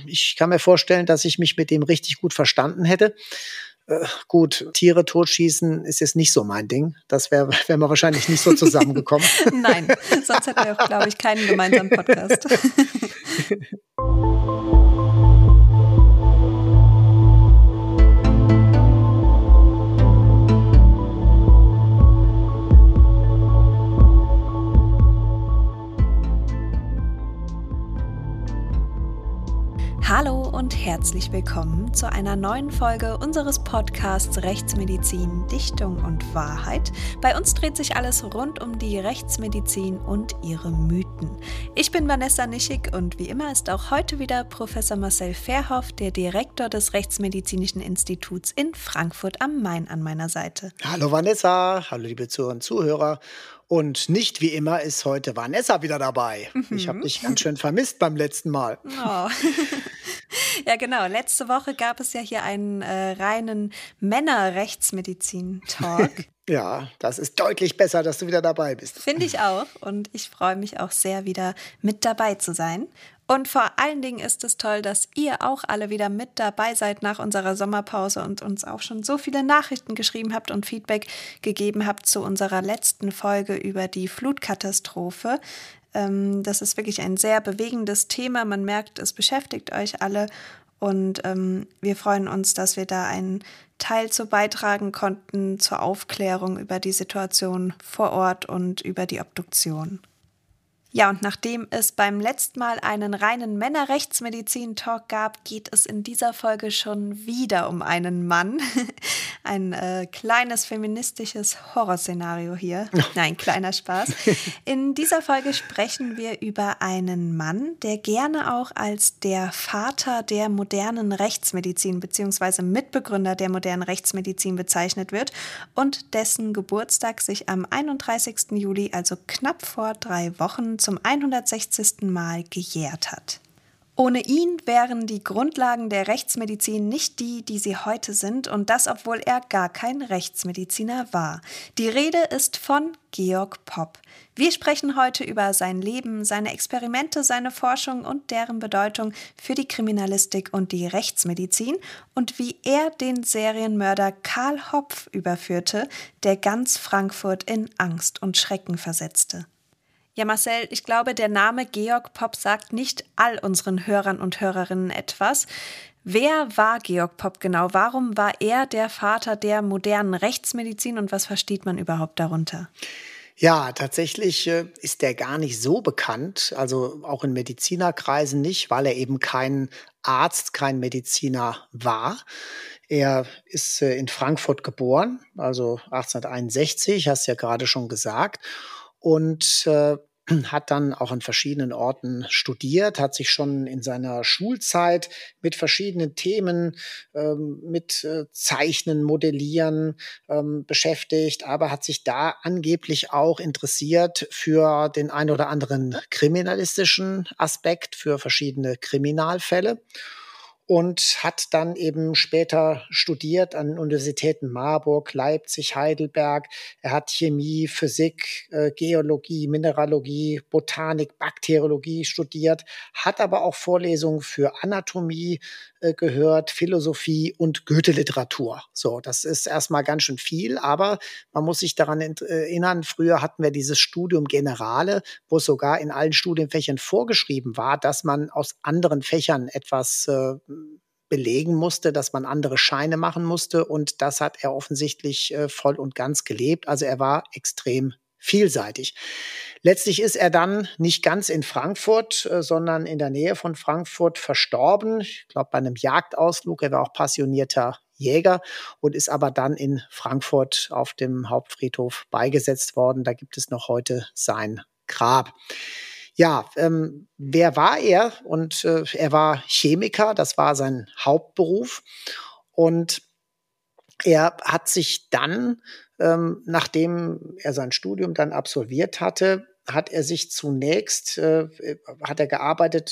ich kann mir vorstellen, dass ich mich mit dem richtig gut verstanden hätte. Gut, Tiere totschießen ist jetzt nicht so mein Ding. Das wären wir wahrscheinlich nicht so zusammengekommen. Nein, sonst hätten wir auch, glaube ich, keinen gemeinsamen Podcast. Hallo und herzlich willkommen zu einer neuen Folge unseres Podcasts Rechtsmedizin, Dichtung und Wahrheit. Bei uns dreht sich alles rund um die Rechtsmedizin und ihre Mythen. Ich bin Vanessa Nischig und wie immer ist auch heute wieder Professor Marcel Verhoff, der Direktor des Rechtsmedizinischen Instituts in Frankfurt am Main, an meiner Seite. Hallo Vanessa, hallo liebe Zuhörer und Zuhörer. Und nicht wie immer ist heute Vanessa wieder dabei. Ich habe dich ganz schön vermisst beim letzten Mal. Oh. Ja, genau. Letzte Woche gab es ja hier einen reinen Männer-Rechtsmedizin-Talk. Ja, das ist deutlich besser, dass du wieder dabei bist. Finde ich auch. Und ich freue mich auch sehr, wieder mit dabei zu sein. Und vor allen Dingen ist es toll, dass ihr auch alle wieder mit dabei seid nach unserer Sommerpause und uns auch schon so viele Nachrichten geschrieben habt und Feedback gegeben habt zu unserer letzten Folge über die Flutkatastrophe. Das ist wirklich ein sehr bewegendes Thema. Man merkt, es beschäftigt euch alle. Und wir freuen uns, dass wir da einen Teil zu beitragen konnten zur Aufklärung über die Situation vor Ort und über die Obduktion. Ja, und nachdem es beim letzten Mal einen reinen Männer-Rechtsmedizin-Talk gab, geht es in dieser Folge schon wieder um einen Mann. Ein kleines feministisches Horrorszenario hier. Nein, kleiner Spaß. In dieser Folge sprechen wir über einen Mann, der gerne auch als der Vater der modernen Rechtsmedizin bzw. Mitbegründer der modernen Rechtsmedizin bezeichnet wird und dessen Geburtstag sich am 31. Juli, also knapp vor 3 Wochen, zum 160. Mal gejährt hat. Ohne ihn wären die Grundlagen der Rechtsmedizin nicht die, die sie heute sind, und das, obwohl er gar kein Rechtsmediziner war. Die Rede ist von Georg Popp. Wir sprechen heute über sein Leben, seine Experimente, seine Forschung und deren Bedeutung für die Kriminalistik und die Rechtsmedizin und wie er den Serienmörder Karl Hopf überführte, der ganz Frankfurt in Angst und Schrecken versetzte. Ja, Marcel, ich glaube, der Name Georg Popp sagt nicht all unseren Hörern und Hörerinnen etwas. Wer war Georg Popp genau? Warum war er der Vater der modernen Rechtsmedizin und was versteht man überhaupt darunter? Ja, tatsächlich ist der gar nicht so bekannt, also auch in Medizinerkreisen nicht, weil er eben kein Arzt, kein Mediziner war. Er ist in Frankfurt geboren, also 1861, hast du ja gerade schon gesagt, und hat dann auch an verschiedenen Orten studiert, hat sich schon in seiner Schulzeit mit verschiedenen Themen, mit Zeichnen, Modellieren beschäftigt, aber hat sich da angeblich auch interessiert für den ein oder anderen kriminalistischen Aspekt, für verschiedene Kriminalfälle. Und hat dann eben später studiert an Universitäten Marburg, Leipzig, Heidelberg. Er hat Chemie, Physik, Geologie, Mineralogie, Botanik, Bakteriologie studiert, hat aber auch Vorlesungen für Anatomie gehört, Philosophie und Goethe-Literatur. So, das ist erstmal ganz schön viel, aber man muss sich daran erinnern, früher hatten wir dieses Studium Generale, wo es sogar in allen Studienfächern vorgeschrieben war, dass man aus anderen Fächern etwas belegen musste, dass man andere Scheine machen musste, und das hat er offensichtlich voll und ganz gelebt. Also er war extrem vielseitig. Letztlich ist er dann nicht ganz in Frankfurt, sondern in der Nähe von Frankfurt verstorben. Ich glaube, bei einem Jagdausflug. Er war auch passionierter Jäger und ist aber dann in Frankfurt auf dem Hauptfriedhof beigesetzt worden. Da gibt es noch heute sein Grab. Ja, wer war er? Und er war Chemiker, das war sein Hauptberuf. Und er hat sich dann, nachdem er sein Studium dann absolviert hatte, hat er sich zunächst, hat er gearbeitet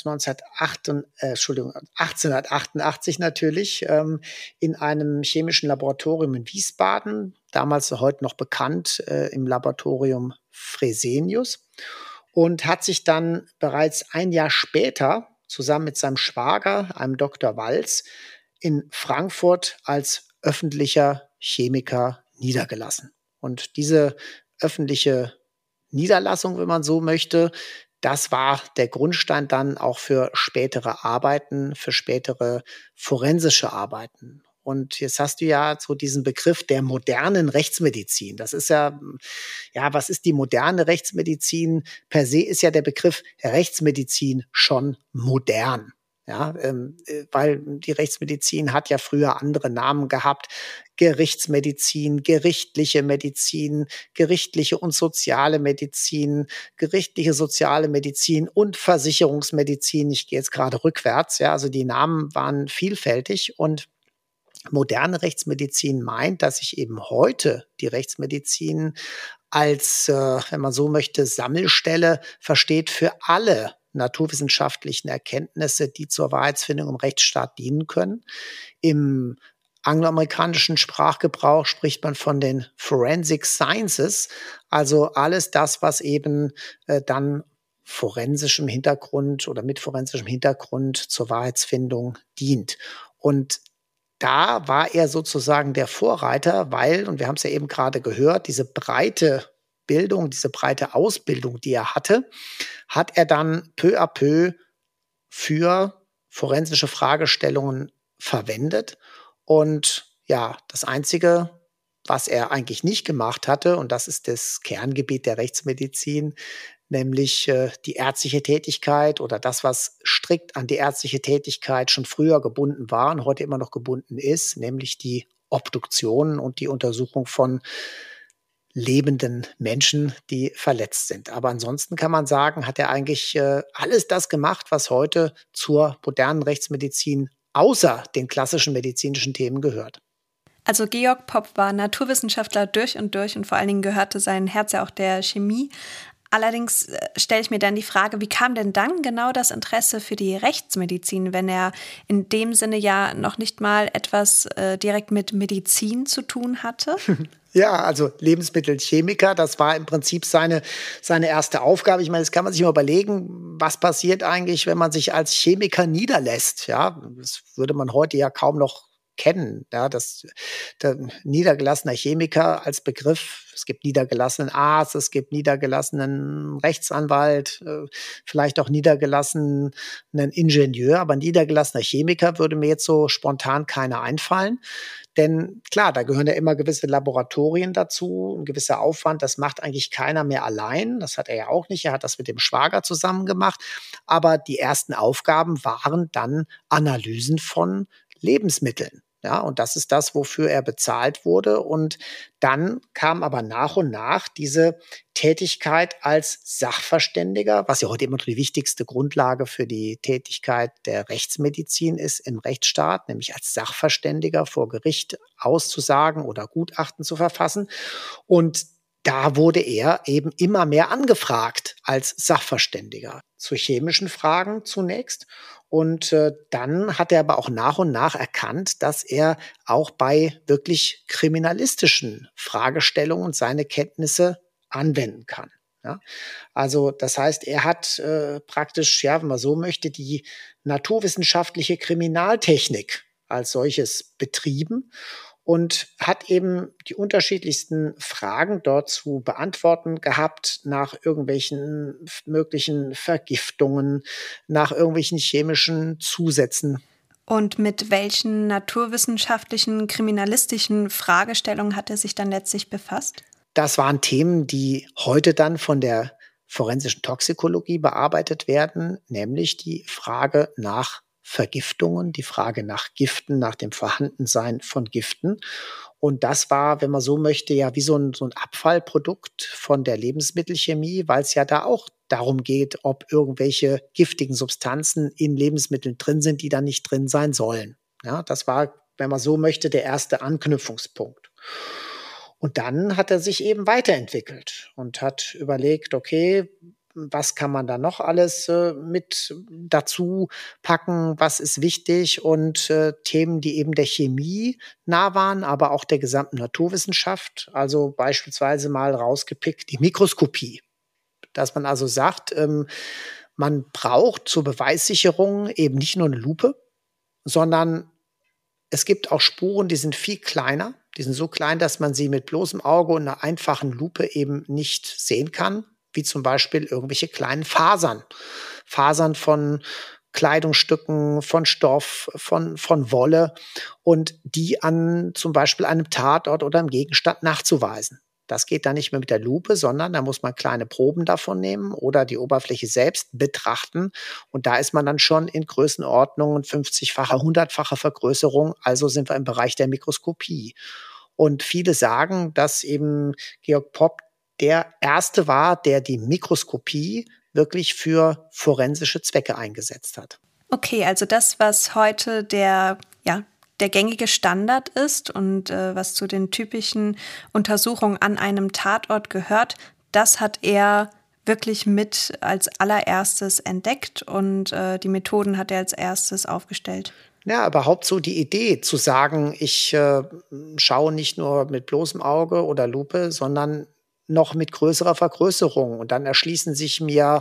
1888 natürlich, in einem chemischen Laboratorium in Wiesbaden, damals heute noch bekannt, im Laboratorium Fresenius. Und hat sich dann bereits ein Jahr später zusammen mit seinem Schwager, einem Dr. Walz, in Frankfurt als öffentlicher Chemiker niedergelassen. Und diese öffentliche Niederlassung, wenn man so möchte, das war der Grundstein dann auch für spätere Arbeiten, für spätere forensische Arbeiten. Und jetzt hast du ja so diesen Begriff der modernen Rechtsmedizin. Das ist ja, was ist die moderne Rechtsmedizin? Per se ist ja der Begriff Rechtsmedizin schon modern. Ja, weil die Rechtsmedizin hat ja früher andere Namen gehabt. Gerichtsmedizin, gerichtliche Medizin, gerichtliche und soziale Medizin, gerichtliche soziale Medizin und Versicherungsmedizin. Ich gehe jetzt gerade rückwärts. Ja, also die Namen waren vielfältig und moderne Rechtsmedizin meint, dass sich eben heute die Rechtsmedizin als, wenn man so möchte, Sammelstelle versteht für alle naturwissenschaftlichen Erkenntnisse, die zur Wahrheitsfindung im Rechtsstaat dienen können. Im angloamerikanischen Sprachgebrauch spricht man von den Forensic Sciences, also alles das, was eben dann forensischem Hintergrund oder mit forensischem Hintergrund zur Wahrheitsfindung dient. Und da war er sozusagen der Vorreiter, weil, und wir haben es ja eben gerade gehört, diese breite Bildung, diese breite Ausbildung, die er hatte, hat er dann peu à peu für forensische Fragestellungen verwendet. Und ja, das Einzige, was er eigentlich nicht gemacht hatte, und das ist das Kerngebiet der Rechtsmedizin, nämlich die ärztliche Tätigkeit oder das, was strikt an die ärztliche Tätigkeit schon früher gebunden war und heute immer noch gebunden ist, nämlich die Obduktion und die Untersuchung von lebenden Menschen, die verletzt sind. Aber ansonsten kann man sagen, hat er eigentlich alles das gemacht, was heute zur modernen Rechtsmedizin außer den klassischen medizinischen Themen gehört. Also Georg Popp war Naturwissenschaftler durch und vor allen Dingen gehörte sein Herz ja auch der Chemie. Allerdings stelle ich mir dann die Frage, wie kam denn dann genau das Interesse für die Rechtsmedizin, wenn er in dem Sinne ja noch nicht mal etwas direkt mit Medizin zu tun hatte? Ja, also Lebensmittelchemiker, das war im Prinzip seine erste Aufgabe. Ich meine, das kann man sich mal überlegen, was passiert eigentlich, wenn man sich als Chemiker niederlässt. Ja, das würde man heute ja kaum noch kennen. Ja, der niedergelassener Chemiker als Begriff. Es gibt niedergelassenen Arzt, es gibt niedergelassenen Rechtsanwalt, vielleicht auch niedergelassenen Ingenieur, aber niedergelassener Chemiker würde mir jetzt so spontan keiner einfallen. Denn klar, da gehören ja immer gewisse Laboratorien dazu, ein gewisser Aufwand. Das macht eigentlich keiner mehr allein. Das hat er ja auch nicht. Er hat das mit dem Schwager zusammen gemacht. Aber die ersten Aufgaben waren dann Analysen von Lebensmitteln. Ja, und das ist das, wofür er bezahlt wurde. Und dann kam aber nach und nach diese Tätigkeit als Sachverständiger, was ja heute immer noch die wichtigste Grundlage für die Tätigkeit der Rechtsmedizin ist im Rechtsstaat, nämlich als Sachverständiger vor Gericht auszusagen oder Gutachten zu verfassen. Und da wurde er eben immer mehr angefragt als Sachverständiger zu chemischen Fragen zunächst. Und dann hat er aber auch nach und nach erkannt, dass er auch bei wirklich kriminalistischen Fragestellungen seine Kenntnisse anwenden kann. Ja? Also das heißt, er hat praktisch, ja, wenn man so möchte, die naturwissenschaftliche Kriminaltechnik als solches betrieben und hat eben die unterschiedlichsten Fragen dort zu beantworten gehabt nach irgendwelchen möglichen Vergiftungen, nach irgendwelchen chemischen Zusätzen. Und mit welchen naturwissenschaftlichen, kriminalistischen Fragestellungen hat er sich dann letztlich befasst? Das waren Themen, die heute dann von der forensischen Toxikologie bearbeitet werden, nämlich die Frage nach Vergiftungen, die Frage nach Giften, nach dem Vorhandensein von Giften. Und das war, wenn man so möchte, ja wie so ein Abfallprodukt von der Lebensmittelchemie, weil es ja da auch darum geht, ob irgendwelche giftigen Substanzen in Lebensmitteln drin sind, die da nicht drin sein sollen. Ja, das war, wenn man so möchte, der erste Anknüpfungspunkt. Und dann hat er sich eben weiterentwickelt und hat überlegt, okay, was kann man da noch alles mit dazu packen, was ist wichtig und Themen, die eben der Chemie nah waren, aber auch der gesamten Naturwissenschaft, also beispielsweise mal rausgepickt die Mikroskopie. Dass man also sagt, man braucht zur Beweissicherung eben nicht nur eine Lupe, sondern es gibt auch Spuren, die sind viel kleiner. Die sind so klein, dass man sie mit bloßem Auge und einer einfachen Lupe eben nicht sehen kann, wie zum Beispiel irgendwelche kleinen Fasern. Fasern von Kleidungsstücken, von Stoff, von Wolle und die an zum Beispiel einem Tatort oder einem Gegenstand nachzuweisen. Das geht dann nicht mehr mit der Lupe, sondern da muss man kleine Proben davon nehmen oder die Oberfläche selbst betrachten. Und da ist man dann schon in Größenordnungen 50-facher, 100-facher Vergrößerung. Also sind wir im Bereich der Mikroskopie. Und viele sagen, dass eben Georg Popp der Erste war, der die Mikroskopie wirklich für forensische Zwecke eingesetzt hat. Okay, also das, was heute der gängige Standard ist und was zu den typischen Untersuchungen an einem Tatort gehört, das hat er wirklich mit als allererstes entdeckt und die Methoden hat er als erstes aufgestellt. Ja, überhaupt so die Idee zu sagen, ich schaue nicht nur mit bloßem Auge oder Lupe, sondern noch mit größerer Vergrößerung. Und dann erschließen sich mir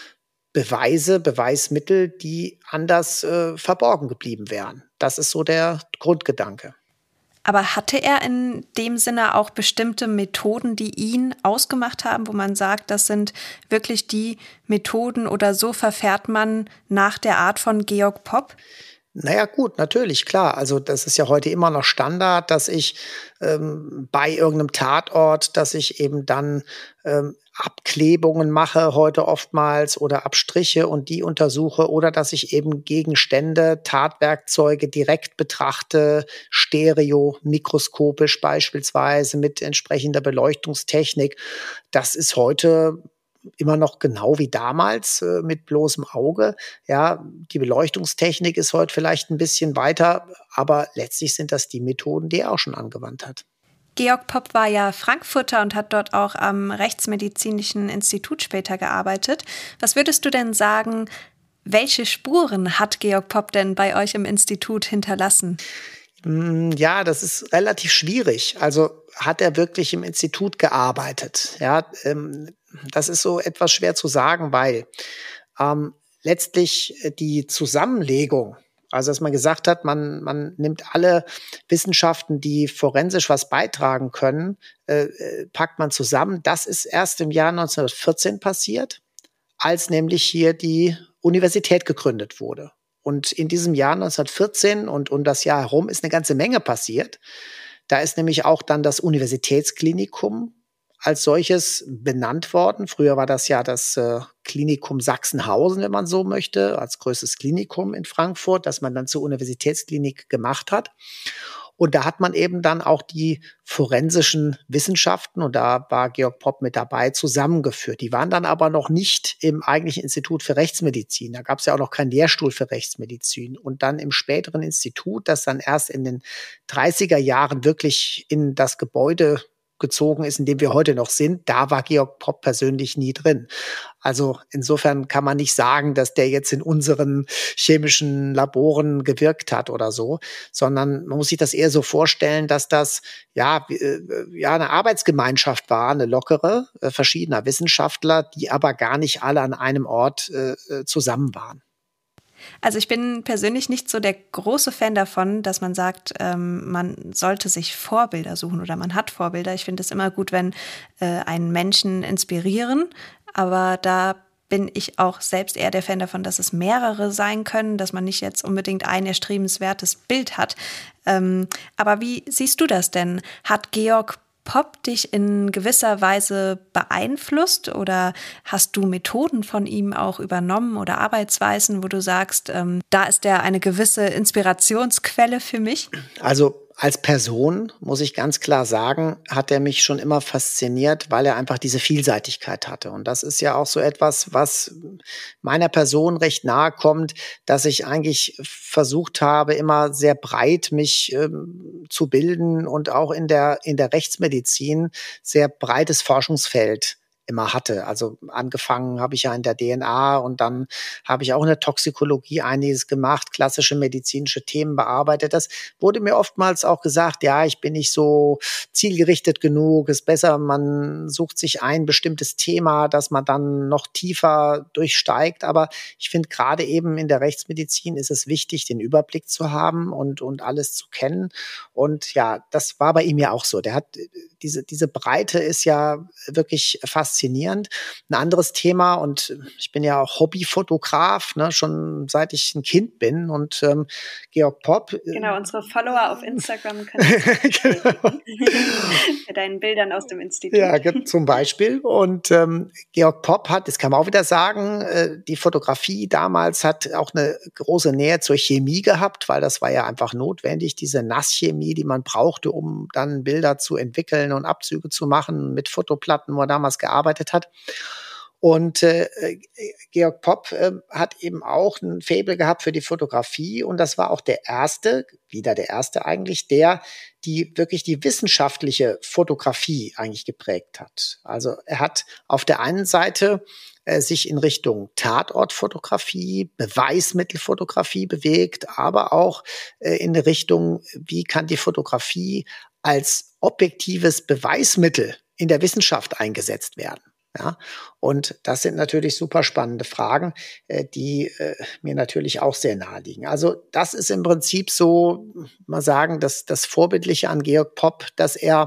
Beweismittel, die anders verborgen geblieben wären. Das ist so der Grundgedanke. Aber hatte er in dem Sinne auch bestimmte Methoden, die ihn ausgemacht haben, wo man sagt, das sind wirklich die Methoden oder so verfährt man nach der Art von Georg Popp? Naja, gut, natürlich, klar. Also das ist ja heute immer noch Standard, dass ich bei irgendeinem Tatort, dass ich eben dann Abklebungen mache, heute oftmals, oder Abstriche und die untersuche, oder dass ich eben Gegenstände, Tatwerkzeuge direkt betrachte, stereo, mikroskopisch beispielsweise mit entsprechender Beleuchtungstechnik. Das ist heute immer noch genau wie damals mit bloßem Auge. Ja, die Beleuchtungstechnik ist heute vielleicht ein bisschen weiter, aber letztlich sind das die Methoden, die er auch schon angewandt hat. Georg Popp war ja Frankfurter und hat dort auch am Rechtsmedizinischen Institut später gearbeitet. Was würdest du denn sagen, welche Spuren hat Georg Popp denn bei euch im Institut hinterlassen? Ja, das ist relativ schwierig. Also hat er wirklich im Institut gearbeitet? Ja, das ist so etwas schwer zu sagen, weil letztlich die Zusammenlegung, also dass man gesagt hat, man nimmt alle Wissenschaften, die forensisch was beitragen können, packt man zusammen. Das ist erst im Jahr 1914 passiert, als nämlich hier die Universität gegründet wurde. Und in diesem Jahr 1914 und um das Jahr herum ist eine ganze Menge passiert. Da ist nämlich auch dann das Universitätsklinikum als solches benannt worden. Früher war das ja das Klinikum Sachsenhausen, wenn man so möchte, als größtes Klinikum in Frankfurt, das man dann zur Universitätsklinik gemacht hat. Und da hat man eben dann auch die forensischen Wissenschaften, und da war Georg Popp mit dabei, zusammengeführt. Die waren dann aber noch nicht im eigentlichen Institut für Rechtsmedizin. Da gab es ja auch noch keinen Lehrstuhl für Rechtsmedizin. Und dann im späteren Institut, das dann erst in den 30er Jahren wirklich in das Gebäude gezogen ist, in dem wir heute noch sind, da war Georg Popp persönlich nie drin. Also insofern kann man nicht sagen, dass der jetzt in unseren chemischen Laboren gewirkt hat oder so, sondern man muss sich das eher so vorstellen, dass das eine Arbeitsgemeinschaft war, eine lockere, verschiedener Wissenschaftler, die aber gar nicht alle an einem Ort zusammen waren. Also ich bin persönlich nicht so der große Fan davon, dass man sagt, man sollte sich Vorbilder suchen oder man hat Vorbilder. Ich finde es immer gut, wenn einen Menschen inspirieren, aber da bin ich auch selbst eher der Fan davon, dass es mehrere sein können, dass man nicht jetzt unbedingt ein erstrebenswertes Bild hat. Aber wie siehst du das denn? Hat Georg Popp dich in gewisser Weise beeinflusst oder hast du Methoden von ihm auch übernommen oder Arbeitsweisen, wo du sagst, da ist er eine gewisse Inspirationsquelle für mich? Also als Person, muss ich ganz klar sagen, hat er mich schon immer fasziniert, weil er einfach diese Vielseitigkeit hatte. Und das ist ja auch so etwas, was meiner Person recht nahe kommt, dass ich eigentlich versucht habe, immer sehr breit mich zu bilden und auch in der Rechtsmedizin sehr breites Forschungsfeld immer hatte. Also angefangen habe ich ja in der DNA und dann habe ich auch in der Toxikologie einiges gemacht, klassische medizinische Themen bearbeitet. Das wurde mir oftmals auch gesagt, ja, ich bin nicht so zielgerichtet genug, ist besser, man sucht sich ein bestimmtes Thema, das man dann noch tiefer durchsteigt. Aber ich finde, gerade eben in der Rechtsmedizin ist es wichtig, den Überblick zu haben und alles zu kennen. Und ja, das war bei ihm ja auch so. Der hat diese Breite ist ja wirklich faszinierend. Ein anderes Thema, und ich bin ja auch Hobbyfotograf, ne, schon seit ich ein Kind bin. Und Georg Popp. Genau, unsere Follower auf Instagram können genau. Mit deinen Bildern aus dem Institut. Ja, zum Beispiel. Und Georg Popp hat, das kann man auch wieder sagen, die Fotografie damals hat auch eine große Nähe zur Chemie gehabt, weil das war ja einfach notwendig, diese Nasschemie, die man brauchte, um dann Bilder zu entwickeln und Abzüge zu machen mit Fotoplatten, wo er damals gearbeitet hat. Und Georg Popp hat eben auch ein Faible gehabt für die Fotografie. Und das war auch der erste eigentlich, der die wirklich die wissenschaftliche Fotografie eigentlich geprägt hat. Also er hat auf der einen Seite sich in Richtung Tatortfotografie, Beweismittelfotografie bewegt, aber auch in Richtung, wie kann die Fotografie als objektives Beweismittel in der Wissenschaft eingesetzt werden. Ja, und das sind natürlich super spannende Fragen, die mir natürlich auch sehr nahe liegen. Also das ist im Prinzip so, mal sagen, das Vorbildliche an Georg Popp, dass er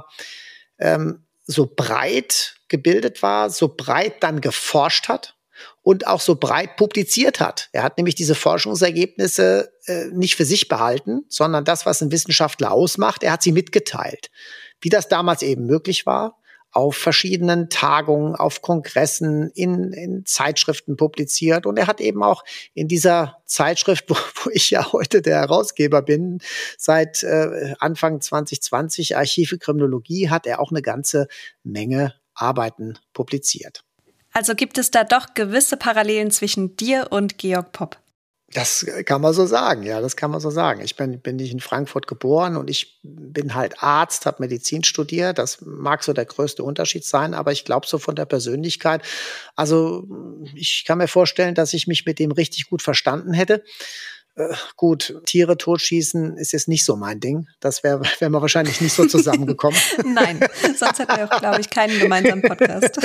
so breit gebildet war, so breit dann geforscht hat und auch so breit publiziert hat. Er hat nämlich diese Forschungsergebnisse nicht für sich behalten, sondern das, was ein Wissenschaftler ausmacht, er hat sie mitgeteilt. Wie das damals eben möglich war, auf verschiedenen Tagungen, auf Kongressen, in Zeitschriften publiziert. Und er hat eben auch in dieser Zeitschrift, wo ich ja heute der Herausgeber bin, seit Anfang 2020, Archive Kriminologie, hat er auch eine ganze Menge Arbeiten publiziert. Also gibt es da doch gewisse Parallelen zwischen dir und Georg Popp? Das kann man so sagen, ja, das kann man so sagen. Ich bin nicht in Frankfurt geboren und ich bin halt Arzt, habe Medizin studiert. Das mag so der größte Unterschied sein, aber ich glaube so von der Persönlichkeit. Also ich kann mir vorstellen, dass ich mich mit dem richtig gut verstanden hätte. Gut, Tiere totschießen ist jetzt nicht so mein Ding. Das wären wir wahrscheinlich nicht so zusammengekommen. Nein, sonst hätten wir auch, glaube ich, keinen gemeinsamen Podcast.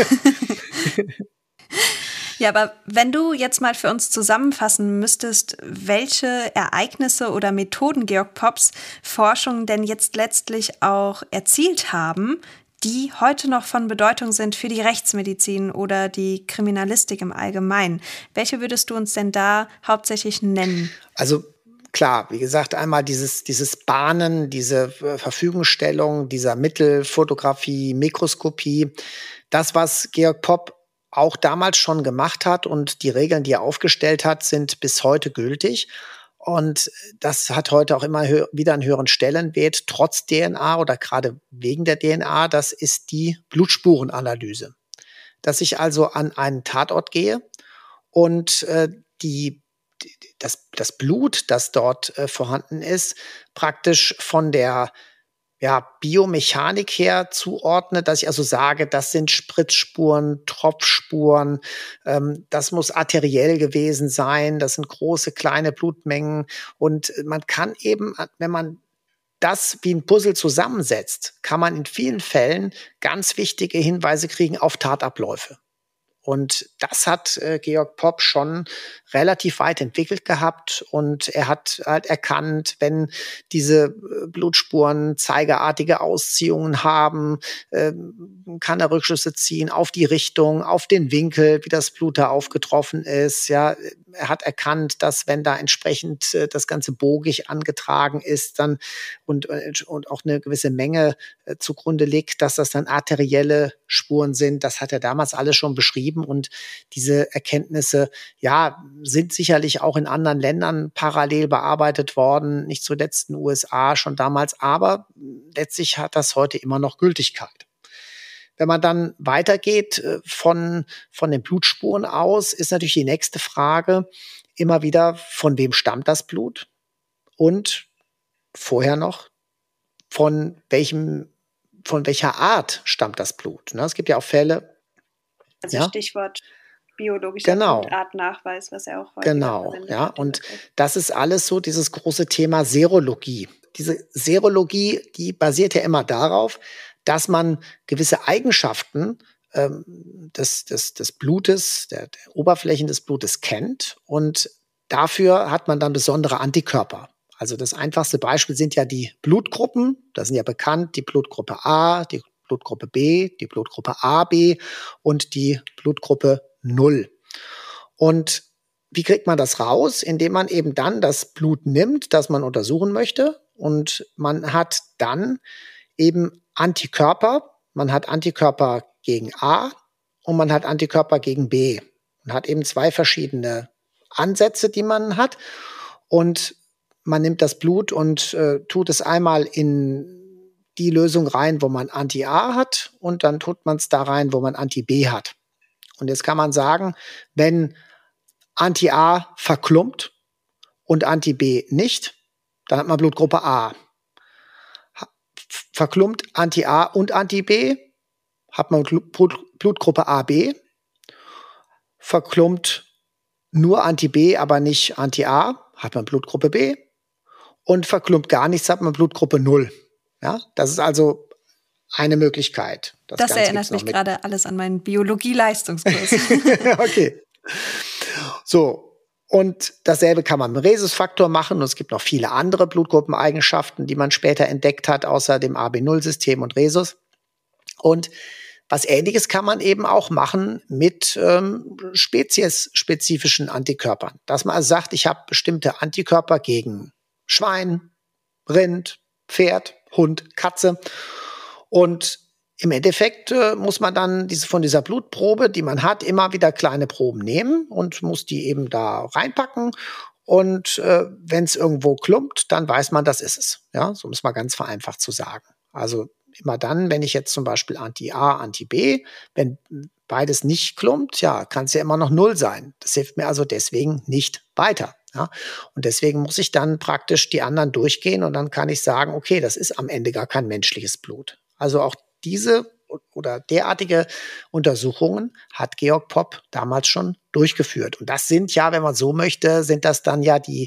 Ja, aber wenn du jetzt mal für uns zusammenfassen müsstest, welche Ereignisse oder Methoden Georg Popps Forschung denn jetzt letztlich auch erzielt haben, die heute noch von Bedeutung sind für die Rechtsmedizin oder die Kriminalistik im Allgemeinen. Welche würdest du uns denn da hauptsächlich nennen? Also klar, wie gesagt, einmal dieses Bahnen, diese Verfügungstellung dieser Mittel, Fotografie, Mikroskopie, das, was Georg Popp auch damals schon gemacht hat und die Regeln, die er aufgestellt hat, sind bis heute gültig. Und das hat heute auch immer wieder einen höheren Stellenwert, trotz DNA oder gerade wegen der DNA. Das ist die Blutspurenanalyse. Dass ich also an einen Tatort gehe und das Blut, das dort vorhanden ist, praktisch von der Biomechanik her zuordnet, dass ich also sage, das sind Spritzspuren, Tropfspuren, das muss arteriell gewesen sein, das sind große, kleine Blutmengen. Und man kann eben, wenn man das wie ein Puzzle zusammensetzt, kann man in vielen Fällen ganz wichtige Hinweise kriegen auf Tatabläufe. Und das hat Georg Popp schon relativ weit entwickelt gehabt. Und er hat halt erkannt, wenn diese Blutspuren zeigerartige Ausziehungen haben, kann er Rückschlüsse ziehen auf die Richtung, auf den Winkel, wie das Blut da aufgetroffen ist. Ja, er hat erkannt, dass wenn da entsprechend das Ganze bogig angetragen ist, dann und auch eine gewisse Menge zugrunde liegt, dass das dann arterielle Spuren sind. Das hat er damals alles schon beschrieben. Und diese Erkenntnisse, ja, sind sicherlich auch in anderen Ländern parallel bearbeitet worden, nicht zuletzt in den USA schon damals, aber letztlich hat das heute immer noch Gültigkeit. Wenn man dann weitergeht von den Blutspuren aus, ist natürlich die nächste Frage immer wieder, von wem stammt das Blut? Und vorher noch, von welcher Art stammt das Blut? Es gibt ja auch Fälle, Also Ja, Stichwort biologischer genau. Blutartnachweis, was ja auch häufiger Genau, verwendet ja. wird den Und Begriff. das ist alles so dieses große Thema Serologie. Diese Serologie, die basiert ja immer darauf, dass man gewisse Eigenschaften des Blutes, der Oberflächen des Blutes kennt. Und dafür hat man dann besondere Antikörper. Also das einfachste Beispiel sind ja die Blutgruppen. Da sind ja bekannt die Blutgruppe A, die Blutgruppe B, die Blutgruppe AB und die Blutgruppe 0. Und wie kriegt man das raus? Indem man eben dann das Blut nimmt, das man untersuchen möchte. Und man hat dann eben Antikörper. Man hat Antikörper gegen A und man hat Antikörper gegen B. Man hat eben zwei verschiedene Ansätze, die man hat. Und man nimmt das Blut und tut es einmal in die Lösung rein, wo man Anti-A hat. Und dann tut man es da rein, wo man Anti-B hat. Und jetzt kann man sagen, wenn Anti-A verklumpt und Anti-B nicht, dann hat man Blutgruppe A. Verklumpt Anti-A und Anti-B, hat man Blutgruppe AB. Verklumpt nur Anti-B, aber nicht Anti-A, hat man Blutgruppe B. Und verklumpt gar nichts, hat man Blutgruppe 0. Ja, das ist also eine Möglichkeit. Das erinnert mich gerade alles an meinen Biologie-Leistungskurs. Okay. So, und dasselbe kann man mit Rhesusfaktor machen. Und es gibt noch viele andere Blutgruppeneigenschaften, die man später entdeckt hat, außer dem AB0-System und Rhesus. Und was Ähnliches kann man eben auch machen mit speziesspezifischen Antikörpern. Dass man also sagt, ich habe bestimmte Antikörper gegen Schwein, Rind, Pferd, Hund, Katze. Und im Endeffekt muss man dann von dieser Blutprobe, die man hat, immer wieder kleine Proben nehmen und muss die eben da reinpacken. Und wenn es irgendwo klumpt, dann weiß man, das ist es. Ja, so muss man ganz vereinfacht zu sagen. Also immer dann, wenn ich jetzt zum Beispiel Anti-A, Anti-B, wenn beides nicht klumpt, ja, kann es ja immer noch 0 sein. Das hilft mir also deswegen nicht weiter. Ja, und deswegen muss ich dann praktisch die anderen durchgehen und dann kann ich sagen, okay, das ist am Ende gar kein menschliches Blut. Also auch diese oder derartige Untersuchungen hat Georg Popp damals schon durchgeführt. Und das sind ja, wenn man so möchte, sind das dann ja die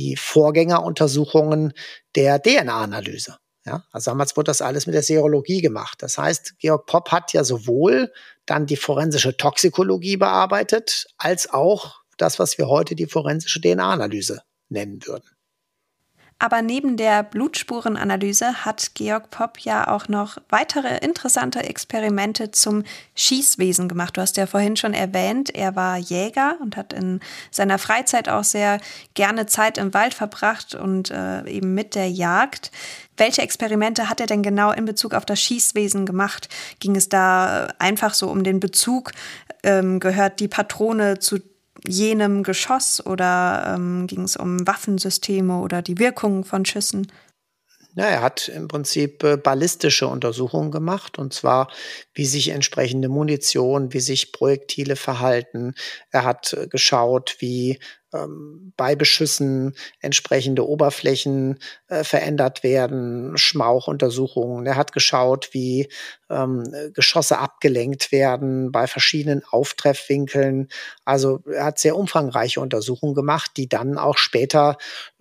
Vorgängeruntersuchungen der DNA-Analyse. Ja, also damals wurde das alles mit der Serologie gemacht. Das heißt, Georg Popp hat ja sowohl dann die forensische Toxikologie bearbeitet, als auch das, was wir heute die forensische DNA-Analyse nennen würden. Aber neben der Blutspurenanalyse hat Georg Popp ja auch noch weitere interessante Experimente zum Schießwesen gemacht. Du hast ja vorhin schon erwähnt, er war Jäger und hat in seiner Freizeit auch sehr gerne Zeit im Wald verbracht und eben mit der Jagd. Welche Experimente hat er denn genau in Bezug auf das Schießwesen gemacht? Ging es da einfach so um den Bezug? Gehört die Patrone zu jenem Geschoss oder ging es um Waffensysteme oder die Wirkungen von Schüssen? Ja, er hat im Prinzip ballistische Untersuchungen gemacht, und zwar, wie sich entsprechende Munition, wie sich Projektile verhalten. Er hat geschaut, wie bei Beschüssen entsprechende Oberflächen verändert werden, Schmauchuntersuchungen. Er hat geschaut, wie Geschosse abgelenkt werden bei verschiedenen Auftreffwinkeln. Also er hat sehr umfangreiche Untersuchungen gemacht, die dann auch später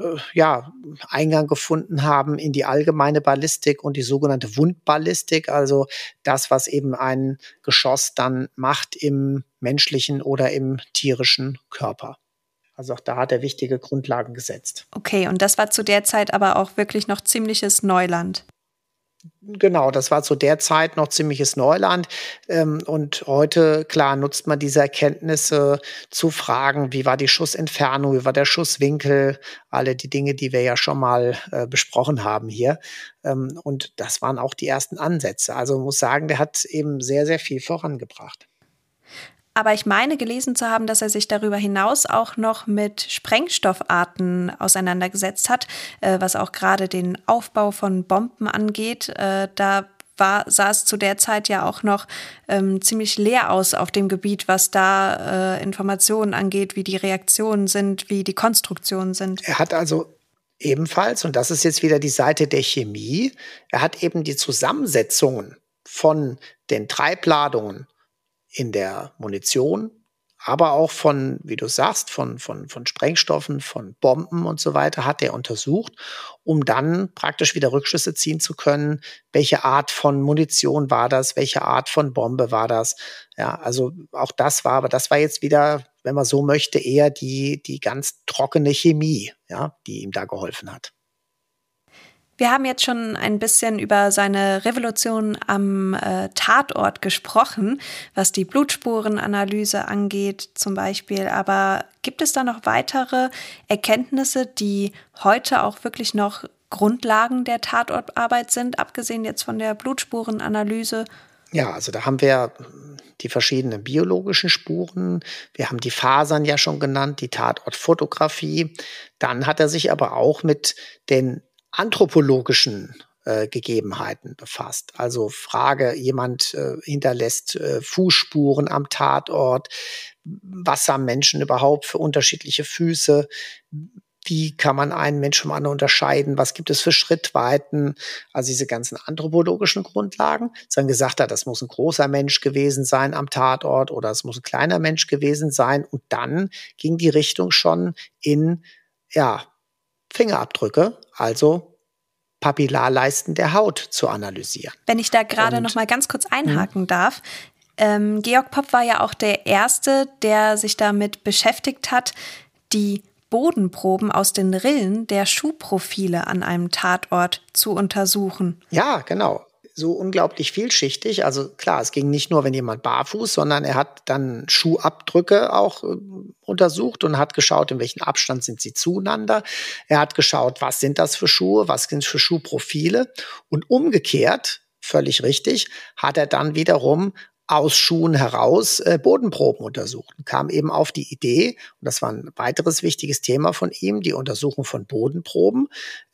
Eingang gefunden haben in die allgemeine Ballistik und die sogenannte Wundballistik, also das, was eben ein Geschoss dann macht im menschlichen oder im tierischen Körper. Also auch da hat er wichtige Grundlagen gesetzt. Okay, und das war zu der Zeit aber auch wirklich noch ziemliches Neuland. Genau, das war zu der Zeit noch ziemliches Neuland. Und heute, klar, nutzt man diese Erkenntnisse zu fragen, wie war die Schussentfernung, wie war der Schusswinkel, alle die Dinge, die wir ja schon mal besprochen haben hier. Und das waren auch die ersten Ansätze. Also man muss sagen, der hat eben sehr, sehr viel vorangebracht. Aber ich meine gelesen zu haben, dass er sich darüber hinaus auch noch mit Sprengstoffarten auseinandergesetzt hat, was auch gerade den Aufbau von Bomben angeht. Da sah es zu der Zeit ja auch noch ziemlich leer aus auf dem Gebiet, was da Informationen angeht, wie die Reaktionen sind, wie die Konstruktionen sind. Er hat also ebenfalls, und das ist jetzt wieder die Seite der Chemie, er hat eben die Zusammensetzungen von den Treibladungen in der Munition, aber auch von, wie du sagst, von Sprengstoffen, von Bomben und so weiter hat er untersucht, um dann praktisch wieder Rückschlüsse ziehen zu können, welche Art von Munition war das, welche Art von Bombe war das. Ja, also auch aber das war jetzt wieder, wenn man so möchte, eher die ganz trockene Chemie, ja, die ihm da geholfen hat. Wir haben jetzt schon ein bisschen über seine Revolution am Tatort gesprochen, was die Blutspurenanalyse angeht zum Beispiel. Aber gibt es da noch weitere Erkenntnisse, die heute auch wirklich noch Grundlagen der Tatortarbeit sind, abgesehen jetzt von der Blutspurenanalyse? Ja, also da haben wir die verschiedenen biologischen Spuren. Wir haben die Fasern ja schon genannt, die Tatortfotografie. Dann hat er sich aber auch mit den anthropologischen Gegebenheiten befasst. Also Frage, jemand hinterlässt Fußspuren am Tatort. Was haben Menschen überhaupt für unterschiedliche Füße? Wie kann man einen Menschen vom anderen unterscheiden? Was gibt es für Schrittweiten? Also diese ganzen anthropologischen Grundlagen. Dass dann gesagt hat, das muss ein großer Mensch gewesen sein am Tatort oder es muss ein kleiner Mensch gewesen sein. Und dann ging die Richtung schon in, ja, Fingerabdrücke, also Papillarleisten der Haut zu analysieren. Wenn ich da gerade noch mal ganz kurz einhaken darf. Georg Popp war ja auch der Erste, der sich damit beschäftigt hat, die Bodenproben aus den Rillen der Schuhprofile an einem Tatort zu untersuchen. Ja, genau. So unglaublich vielschichtig. Also klar, es ging nicht nur, wenn jemand barfuß, sondern er hat dann Schuhabdrücke auch untersucht und hat geschaut, in welchem Abstand sind sie zueinander. Er hat geschaut, was sind das für Schuhe, was sind für Schuhprofile. Und umgekehrt, völlig richtig, hat er dann wiederum aus Schuhen heraus Bodenproben untersucht und kam eben auf die Idee, und das war ein weiteres wichtiges Thema von ihm, die Untersuchung von Bodenproben,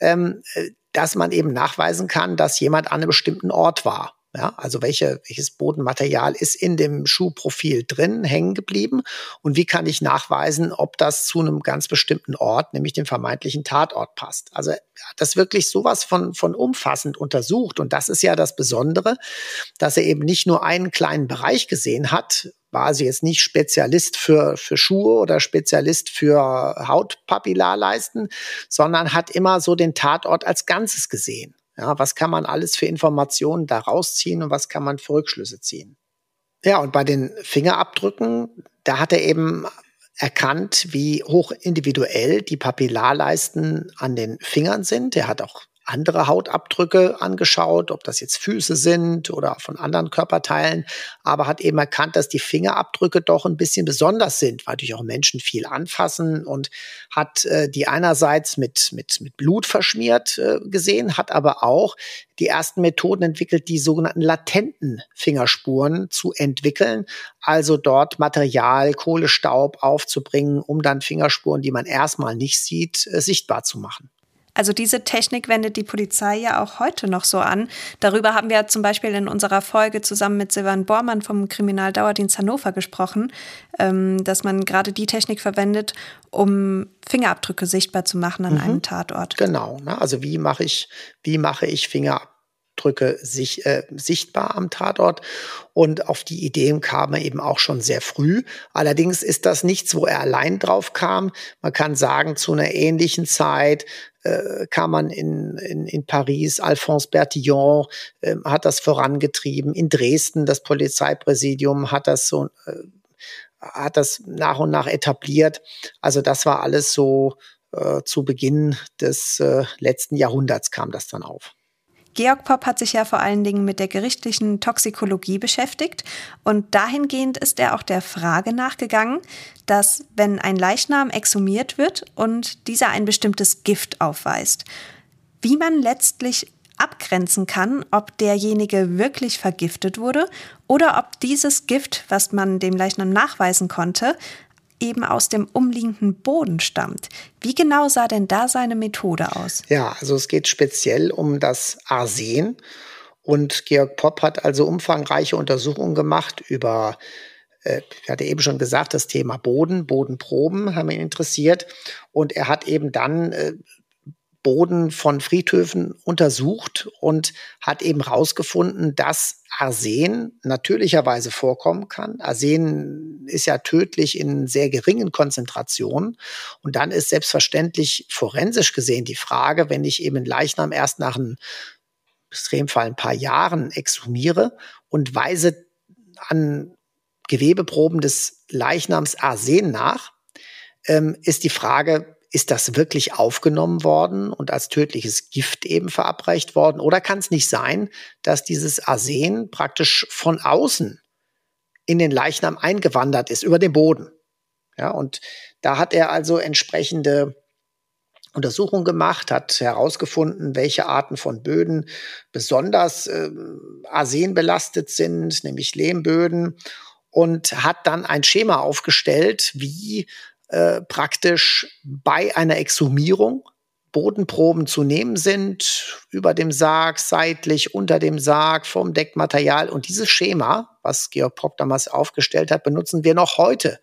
dass man eben nachweisen kann, dass jemand an einem bestimmten Ort war. Ja, also welches Bodenmaterial ist in dem Schuhprofil drin, hängen geblieben und wie kann ich nachweisen, ob das zu einem ganz bestimmten Ort, nämlich dem vermeintlichen Tatort passt. Also er hat das wirklich sowas von umfassend untersucht und das ist ja das Besondere, dass er eben nicht nur einen kleinen Bereich gesehen hat, war also jetzt nicht Spezialist für Schuhe oder Spezialist für Hautpapillarleisten, sondern hat immer so den Tatort als Ganzes gesehen. Ja, was kann man alles für Informationen da rausziehen und was kann man für Rückschlüsse ziehen? Ja, und bei den Fingerabdrücken, da hat er eben erkannt, wie hoch individuell die Papillarleisten an den Fingern sind. Er hat auch andere Hautabdrücke angeschaut, ob das jetzt Füße sind oder von anderen Körperteilen, aber hat eben erkannt, dass die Fingerabdrücke doch ein bisschen besonders sind, weil natürlich auch Menschen viel anfassen und hat die einerseits mit Blut verschmiert gesehen, hat aber auch die ersten Methoden entwickelt, die sogenannten latenten Fingerspuren zu entwickeln, also dort Material, Kohlestaub aufzubringen, um dann Fingerspuren, die man erstmal nicht sieht, sichtbar zu machen. Also diese Technik wendet die Polizei ja auch heute noch so an. Darüber haben wir zum Beispiel in unserer Folge zusammen mit Silvan Bormann vom Kriminaldauerdienst Hannover gesprochen, dass man gerade die Technik verwendet, um Fingerabdrücke sichtbar zu machen an einem Tatort. Genau, ne? Also wie mache ich Fingerabdrücke sichtbar am Tatort? Und auf die Ideen kam er eben auch schon sehr früh. Allerdings ist das nichts, wo er allein drauf kam. Man kann sagen, zu einer ähnlichen Zeit kam man in Paris, Alphonse Bertillon hat das vorangetrieben. In Dresden, das Polizeipräsidium hat das nach und nach etabliert. Also das war alles so zu Beginn des letzten Jahrhunderts kam das dann auf. Georg Popp hat sich ja vor allen Dingen mit der gerichtlichen Toxikologie beschäftigt und dahingehend ist er auch der Frage nachgegangen, dass wenn ein Leichnam exhumiert wird und dieser ein bestimmtes Gift aufweist, wie man letztlich abgrenzen kann, ob derjenige wirklich vergiftet wurde oder ob dieses Gift, was man dem Leichnam nachweisen konnte, eben aus dem umliegenden Boden stammt. Wie genau sah denn da seine Methode aus? Ja, also es geht speziell um das Arsen. Und Georg Popp hat also umfangreiche Untersuchungen gemacht über, ich hatte eben schon gesagt, das Thema Bodenproben haben ihn interessiert. Und er hat eben dann Boden von Friedhöfen untersucht und hat eben herausgefunden, dass Arsen natürlicherweise vorkommen kann. Arsen ist ja tödlich in sehr geringen Konzentrationen. Und dann ist selbstverständlich forensisch gesehen die Frage, wenn ich eben einen Leichnam erst nach einem Extremfall ein paar Jahren exhumiere und weise an Gewebeproben des Leichnams Arsen nach, ist die Frage, ist das wirklich aufgenommen worden und als tödliches Gift eben verabreicht worden? Oder kann es nicht sein, dass dieses Arsen praktisch von außen in den Leichnam eingewandert ist, über den Boden? Ja, und da hat er also entsprechende Untersuchungen gemacht, hat herausgefunden, welche Arten von Böden besonders arsenbelastet sind, nämlich Lehmböden, und hat dann ein Schema aufgestellt, wie praktisch bei einer Exhumierung Bodenproben zu nehmen sind, über dem Sarg, seitlich, unter dem Sarg, vom Deckmaterial. Und dieses Schema, was Georg Popp damals aufgestellt hat, benutzen wir noch heute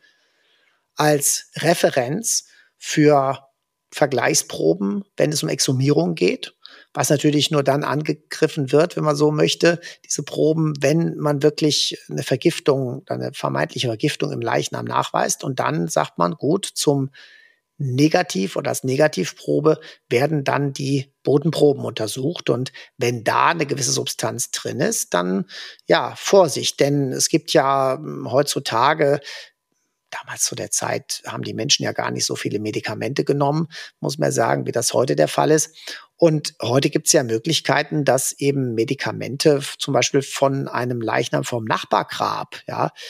als Referenz für Vergleichsproben, wenn es um Exhumierung geht, was natürlich nur dann angegriffen wird, wenn man so möchte, diese Proben, wenn man wirklich eine Vergiftung, eine vermeintliche Vergiftung im Leichnam nachweist. Und dann sagt man, gut, zum Negativ oder als Negativprobe werden dann die Bodenproben untersucht. Und wenn da eine gewisse Substanz drin ist, dann ja, Vorsicht. Denn es gibt ja heutzutage, damals zu der Zeit haben die Menschen ja gar nicht so viele Medikamente genommen, muss man sagen, wie das heute der Fall ist. Und heute gibt es ja Möglichkeiten, dass eben Medikamente zum Beispiel von einem Leichnam vom Nachbargrab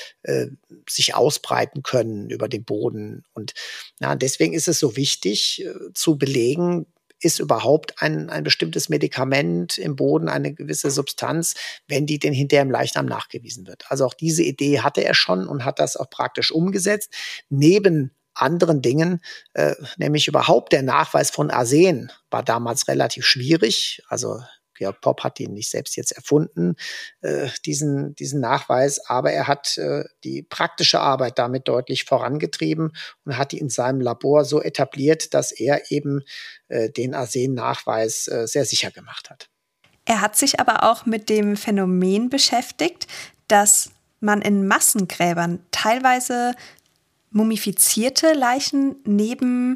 sich ausbreiten können über den Boden. Und deswegen ist es so wichtig zu belegen, ist überhaupt ein bestimmtes Medikament im Boden, eine gewisse Substanz, wenn die denn hinterher im Leichnam nachgewiesen wird. Also auch diese Idee hatte er schon und hat das auch praktisch umgesetzt. Neben anderen Dingen, nämlich überhaupt der Nachweis von Arsen war damals relativ schwierig. Also Georg Popp hat ihn nicht selbst jetzt erfunden, diesen Nachweis, aber er hat die praktische Arbeit damit deutlich vorangetrieben und hat die in seinem Labor so etabliert, dass er eben den Arsen-Nachweis sehr sicher gemacht hat. Er hat sich aber auch mit dem Phänomen beschäftigt, dass man in Massengräbern teilweise mumifizierte Leichen neben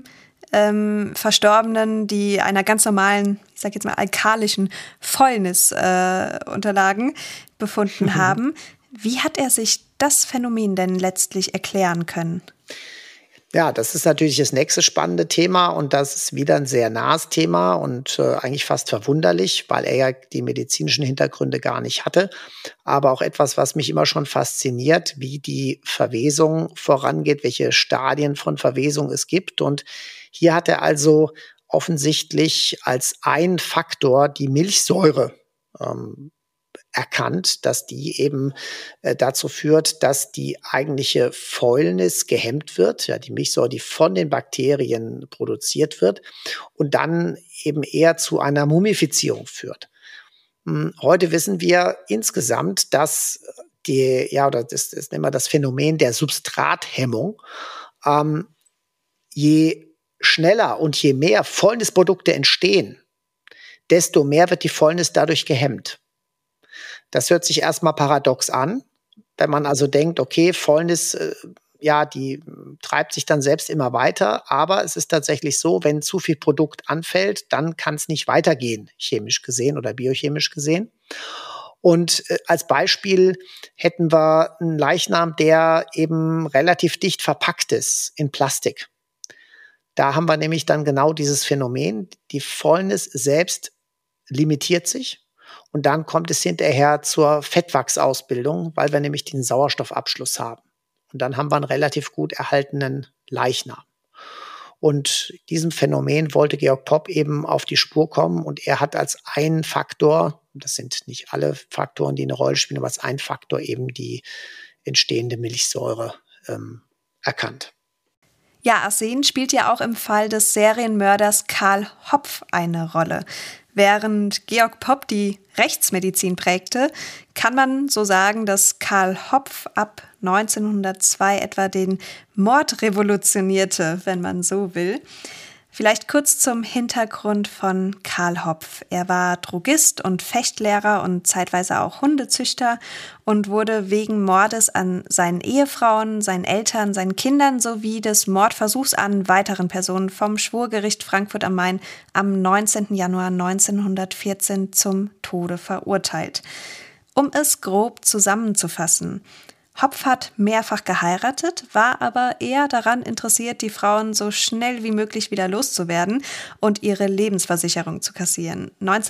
Verstorbenen, die einer ganz normalen, ich sage jetzt mal alkalischen Fäulnis unterlagen, befunden haben. Wie hat er sich das Phänomen denn letztlich erklären können? Ja, das ist natürlich das nächste spannende Thema und das ist wieder ein sehr nahes Thema und eigentlich fast verwunderlich, weil er ja die medizinischen Hintergründe gar nicht hatte. Aber auch etwas, was mich immer schon fasziniert, wie die Verwesung vorangeht, welche Stadien von Verwesung es gibt. Und hier hat er also offensichtlich als ein Faktor die Milchsäure erkannt, dass die eben dazu führt, dass die eigentliche Fäulnis gehemmt wird, ja, die Milchsäure, die von den Bakterien produziert wird und dann eben eher zu einer Mumifizierung führt. Heute wissen wir insgesamt, dass das nennen wir das Phänomen der Substrathemmung, je schneller und je mehr Fäulnisprodukte entstehen, desto mehr wird die Fäulnis dadurch gehemmt. Das hört sich erstmal paradox an, wenn man also denkt, okay, Fäulnis, die treibt sich dann selbst immer weiter, aber es ist tatsächlich so, wenn zu viel Produkt anfällt, dann kann es nicht weitergehen, chemisch gesehen oder biochemisch gesehen. Und als Beispiel hätten wir einen Leichnam, der eben relativ dicht verpackt ist in Plastik. Da haben wir nämlich dann genau dieses Phänomen, die Fäulnis selbst limitiert sich. Und dann kommt es hinterher zur Fettwachsausbildung, weil wir nämlich den Sauerstoffabschluss haben. Und dann haben wir einen relativ gut erhaltenen Leichnam. Und diesem Phänomen wollte Georg Popp eben auf die Spur kommen. Und er hat als einen Faktor, das sind nicht alle Faktoren, die eine Rolle spielen, aber als einen Faktor eben die entstehende Milchsäure erkannt. Ja, Arsen spielt ja auch im Fall des Serienmörders Karl Hopf eine Rolle. Während Georg Popp die Rechtsmedizin prägte, kann man so sagen, dass Karl Hopf ab 1902 etwa den Mord revolutionierte, wenn man so will. Vielleicht kurz zum Hintergrund von Karl Hopf. Er war Drogist und Fechtlehrer und zeitweise auch Hundezüchter und wurde wegen Mordes an seinen Ehefrauen, seinen Eltern, seinen Kindern sowie des Mordversuchs an weiteren Personen vom Schwurgericht Frankfurt am Main am 19. Januar 1914 zum Tode verurteilt. Um es grob zusammenzufassen: Hopf hat mehrfach geheiratet, war aber eher daran interessiert, die Frauen so schnell wie möglich wieder loszuwerden und ihre Lebensversicherung zu kassieren.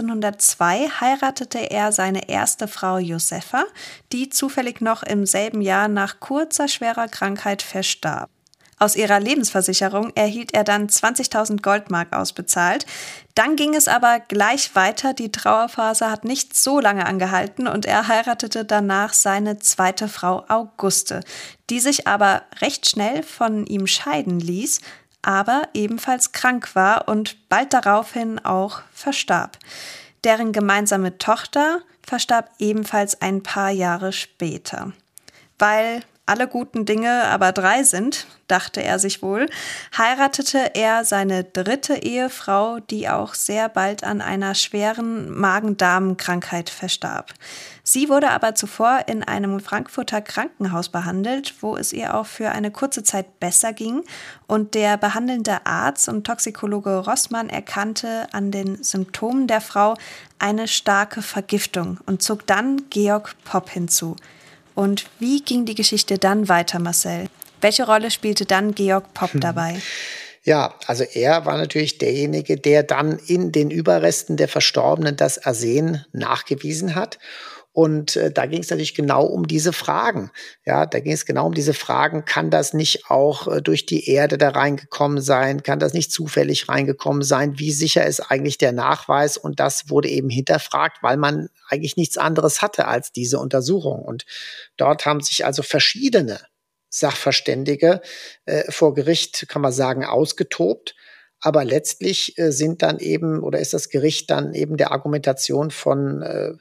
1902 heiratete er seine erste Frau Josefa, die zufällig noch im selben Jahr nach kurzer, schwerer Krankheit verstarb. Aus ihrer Lebensversicherung erhielt er dann 20.000 Goldmark ausbezahlt. Dann ging es aber gleich weiter. Die Trauerphase hat nicht so lange angehalten und er heiratete danach seine zweite Frau Auguste, die sich aber recht schnell von ihm scheiden ließ, aber ebenfalls krank war und bald daraufhin auch verstarb. Deren gemeinsame Tochter verstarb ebenfalls ein paar Jahre später. Weil alle guten Dinge aber drei sind, dachte er sich wohl, heiratete er seine dritte Ehefrau, die auch sehr bald an einer schweren Magen-Darm-Krankheit verstarb. Sie wurde aber zuvor in einem Frankfurter Krankenhaus behandelt, wo es ihr auch für eine kurze Zeit besser ging, und der behandelnde Arzt und Toxikologe Rossmann erkannte an den Symptomen der Frau eine starke Vergiftung und zog dann Georg Popp hinzu. Und wie ging die Geschichte dann weiter, Marcel? Welche Rolle spielte dann Georg Popp dabei? Ja, also er war natürlich derjenige, der dann in den Überresten der Verstorbenen das Arsen nachgewiesen hat. Und da ging es natürlich genau um diese Fragen. Ja, da ging es genau um diese Fragen, kann das nicht auch durch die Erde da reingekommen sein? Kann das nicht zufällig reingekommen sein? Wie sicher ist eigentlich der Nachweis? Und das wurde eben hinterfragt, weil man eigentlich nichts anderes hatte als diese Untersuchung. Und dort haben sich also verschiedene Sachverständige vor Gericht, kann man sagen, ausgetobt. Aber letztlich sind dann eben, oder ist das Gericht dann eben der Argumentation von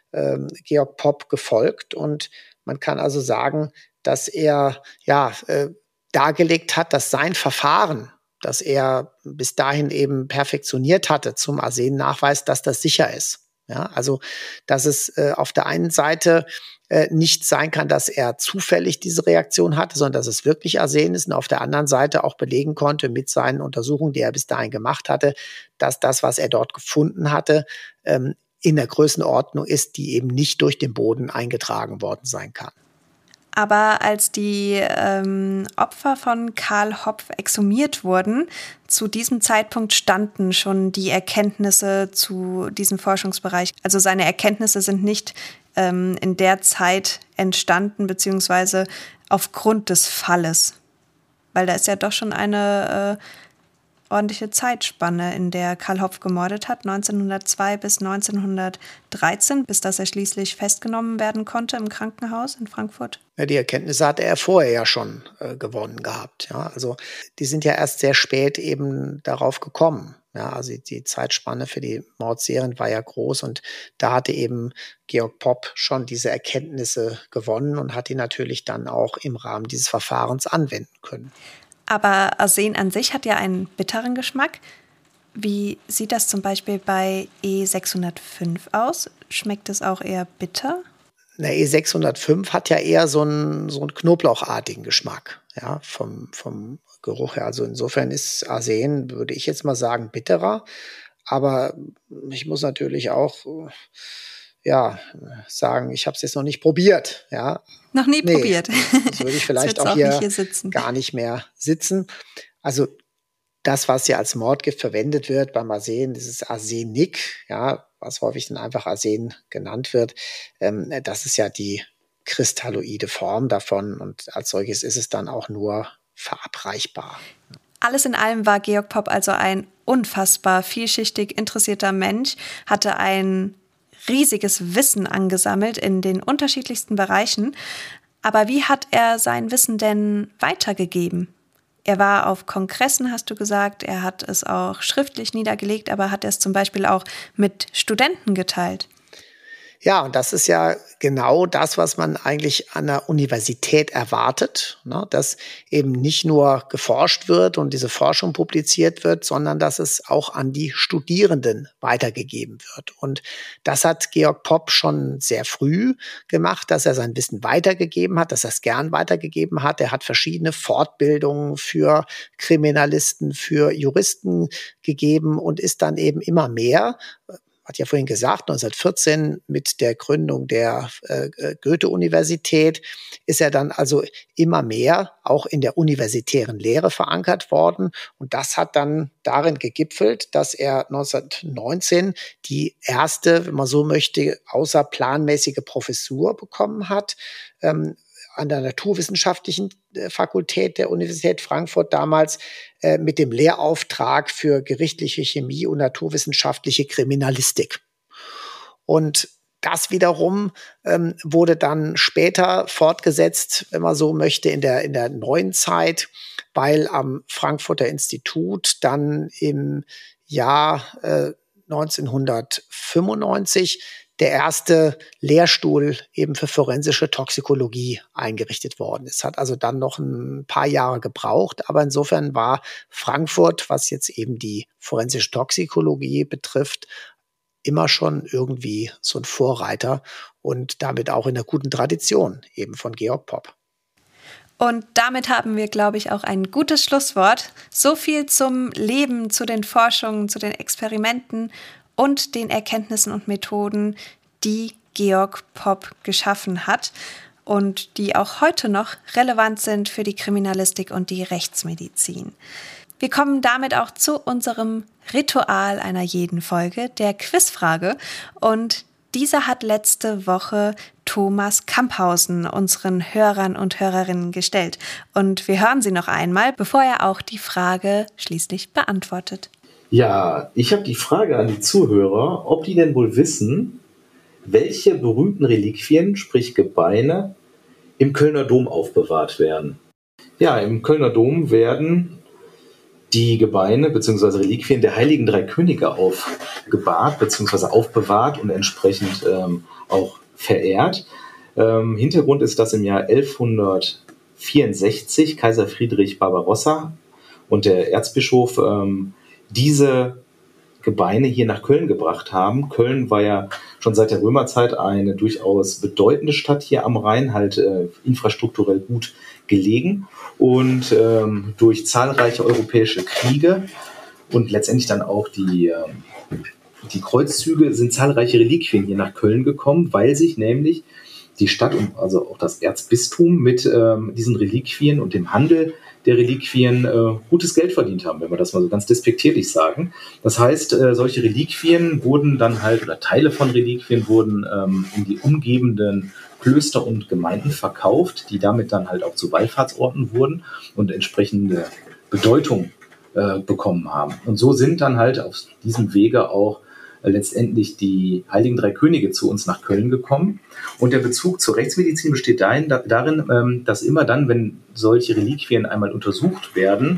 Georg Popp gefolgt. Und man kann also sagen, dass er dargelegt hat, dass sein Verfahren, das er bis dahin eben perfektioniert hatte zum Arsennachweis, dass das sicher ist. Ja, also dass es auf der einen Seite nicht sein kann, dass er zufällig diese Reaktion hatte, sondern dass es wirklich Arsen ist, und auf der anderen Seite auch belegen konnte mit seinen Untersuchungen, die er bis dahin gemacht hatte, dass das, was er dort gefunden hatte, in der Größenordnung ist, die eben nicht durch den Boden eingetragen worden sein kann. Aber als die Opfer von Karl Hopf exhumiert wurden, zu diesem Zeitpunkt standen schon die Erkenntnisse zu diesem Forschungsbereich. Also seine Erkenntnisse sind nicht in der Zeit entstanden, beziehungsweise aufgrund des Falles. Weil da ist ja doch schon eine ordentliche Zeitspanne, in der Karl Hopf gemordet hat, 1902 bis 1913, bis dass er schließlich festgenommen werden konnte im Krankenhaus in Frankfurt. Ja, die Erkenntnisse hatte er vorher ja schon gewonnen gehabt. Ja, also die sind ja erst sehr spät eben darauf gekommen. Ja, also die Zeitspanne für die Mordserien war ja groß, und da hatte eben Georg Popp schon diese Erkenntnisse gewonnen und hat die natürlich dann auch im Rahmen dieses Verfahrens anwenden können. Aber Arsen an sich hat ja einen bitteren Geschmack. Wie sieht das zum Beispiel bei E605 aus? Schmeckt es auch eher bitter? Na, E605 hat ja eher so einen knoblauchartigen Geschmack, ja, vom Geruch her. Also insofern ist Arsen, würde ich jetzt mal sagen, bitterer. Aber ich muss natürlich auch sagen, ich habe es jetzt noch nicht probiert. Ja. Noch nie probiert. Das würde ich vielleicht auch hier gar nicht mehr sitzen. Also das, was ja als Mordgift verwendet wird beim Arsen, dieses Arsenik, ja, was häufig dann einfach Arsen genannt wird, das ist ja die kristalloide Form davon, und als solches ist es dann auch nur verabreichbar. Alles in allem war Georg Popp also ein unfassbar vielschichtig interessierter Mensch, hatte ein riesiges Wissen angesammelt in den unterschiedlichsten Bereichen. Aber wie hat er sein Wissen denn weitergegeben? Er war auf Kongressen, hast du gesagt, er hat es auch schriftlich niedergelegt, aber hat er es zum Beispiel auch mit Studenten geteilt? Ja, und das ist ja genau das, was man eigentlich an der Universität erwartet, ne? Dass eben nicht nur geforscht wird und diese Forschung publiziert wird, sondern dass es auch an die Studierenden weitergegeben wird. Und das hat Georg Popp schon sehr früh gemacht, dass er sein Wissen weitergegeben hat, dass er es gern weitergegeben hat. Er hat verschiedene Fortbildungen für Kriminalisten, für Juristen gegeben und ist dann eben immer mehr, hat ja vorhin gesagt, 1914 mit der Gründung der Goethe-Universität ist er dann also immer mehr auch in der universitären Lehre verankert worden. Und das hat dann darin gegipfelt, dass er 1919 die erste, wenn man so möchte, außerplanmäßige Professur bekommen hat, an der Naturwissenschaftlichen Fakultät der Universität Frankfurt damals mit dem Lehrauftrag für gerichtliche Chemie und naturwissenschaftliche Kriminalistik. Und das wiederum wurde dann später fortgesetzt, wenn man so möchte, in der neuen Zeit, weil am Frankfurter Institut dann im Jahr 1995 der erste Lehrstuhl eben für forensische Toxikologie eingerichtet worden ist. Hat also dann noch ein paar Jahre gebraucht, aber insofern war Frankfurt, was jetzt eben die forensische Toxikologie betrifft, immer schon irgendwie so ein Vorreiter und damit auch in der guten Tradition eben von Georg Popp. Und damit haben wir, glaube ich, auch ein gutes Schlusswort. So viel zum Leben, zu den Forschungen, zu den Experimenten und den Erkenntnissen und Methoden, die Georg Popp geschaffen hat und die auch heute noch relevant sind für die Kriminalistik und die Rechtsmedizin. Wir kommen damit auch zu unserem Ritual einer jeden Folge, der Quizfrage. Und diese hat letzte Woche Thomas Kamphausen unseren Hörern und Hörerinnen gestellt. Und wir hören sie noch einmal, bevor er auch die Frage schließlich beantwortet. Ja, ich habe die Frage an die Zuhörer, ob die denn wohl wissen, welche berühmten Reliquien, sprich Gebeine, im Kölner Dom aufbewahrt werden. Ja, im Kölner Dom werden die Gebeine bzw. Reliquien der Heiligen Drei Könige aufgebahrt bzw. aufbewahrt und entsprechend auch verehrt. Hintergrund ist, dass im Jahr 1164 Kaiser Friedrich Barbarossa und der Erzbischof diese Gebeine hier nach Köln gebracht haben. Köln war ja schon seit der Römerzeit eine durchaus bedeutende Stadt hier am Rhein, halt infrastrukturell gut gelegen. Und durch zahlreiche europäische Kriege und letztendlich dann auch die Kreuzzüge sind zahlreiche Reliquien hier nach Köln gekommen, weil sich nämlich die Stadt und also auch das Erzbistum mit diesen Reliquien und dem Handel der Reliquien gutes Geld verdient haben, wenn wir das mal so ganz despektierlich sagen. Das heißt, solche Reliquien wurden dann halt, oder Teile von Reliquien wurden in die umgebenden Klöster und Gemeinden verkauft, die damit dann halt auch zu Wallfahrtsorten wurden und entsprechende Bedeutung bekommen haben. Und so sind dann halt auf diesem Wege auch letztendlich die Heiligen Drei Könige zu uns nach Köln gekommen. Und der Bezug zur Rechtsmedizin besteht darin, dass immer dann, wenn solche Reliquien einmal untersucht werden,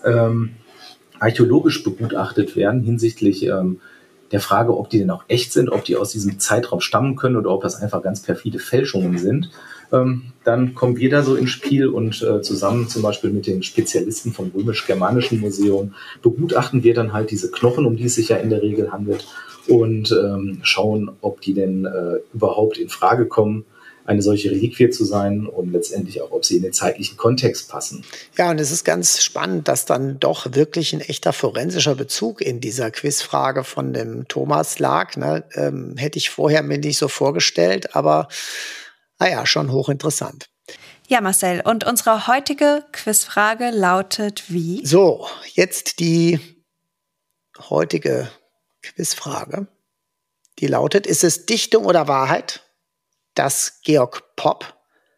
archäologisch begutachtet werden hinsichtlich der Frage, ob die denn auch echt sind, ob die aus diesem Zeitraum stammen können oder ob das einfach ganz perfide Fälschungen sind. Dann kommt jeder so ins Spiel und zusammen zum Beispiel mit den Spezialisten vom Römisch-Germanischen Museum begutachten wir dann halt diese Knochen, um die es sich ja in der Regel handelt, und schauen, ob die denn überhaupt in Frage kommen, eine solche Reliquie zu sein und letztendlich auch, ob sie in den zeitlichen Kontext passen. Ja, und es ist ganz spannend, dass dann doch wirklich ein echter forensischer Bezug in dieser Quizfrage von dem Thomas lag. Ne? Hätte ich vorher mir nicht so vorgestellt, aber naja, schon hochinteressant. Ja, Marcel, und unsere heutige Quizfrage lautet wie? So, jetzt die heutige Quizfrage. Die lautet, ist es Dichtung oder Wahrheit, dass Georg Popp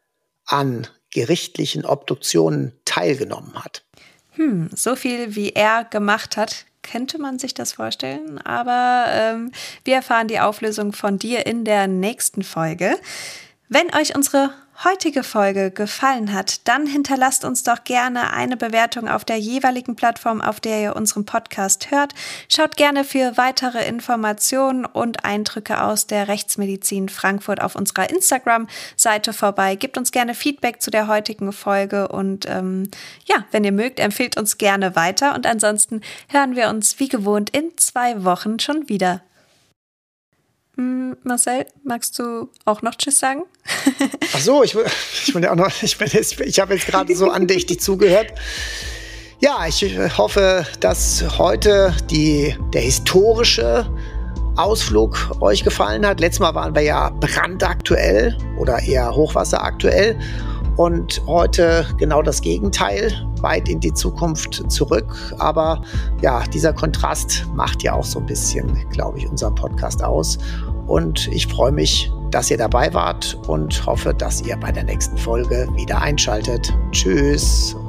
an gerichtlichen Obduktionen teilgenommen hat? So viel wie er gemacht hat, könnte man sich das vorstellen. Aber wir erfahren die Auflösung von dir in der nächsten Folge. Wenn euch unsere heutige Folge gefallen hat, dann hinterlasst uns doch gerne eine Bewertung auf der jeweiligen Plattform, auf der ihr unseren Podcast hört. Schaut gerne für weitere Informationen und Eindrücke aus der Rechtsmedizin Frankfurt auf unserer Instagram-Seite vorbei. Gebt uns gerne Feedback zu der heutigen Folge und wenn ihr mögt, empfehlt uns gerne weiter. Und ansonsten hören wir uns wie gewohnt in 2 Wochen schon wieder. Marcel, magst du auch noch Tschüss sagen? Ach so, ich will ja auch noch, ich habe jetzt gerade so andächtig zugehört. Ja, ich hoffe, dass heute der historische Ausflug euch gefallen hat. Letztes Mal waren wir ja brandaktuell oder eher hochwasseraktuell und heute genau das Gegenteil, weit in die Zukunft zurück. Aber ja, dieser Kontrast macht ja auch so ein bisschen, glaube ich, unseren Podcast aus. Und ich freue mich, dass ihr dabei wart und hoffe, dass ihr bei der nächsten Folge wieder einschaltet. Tschüss.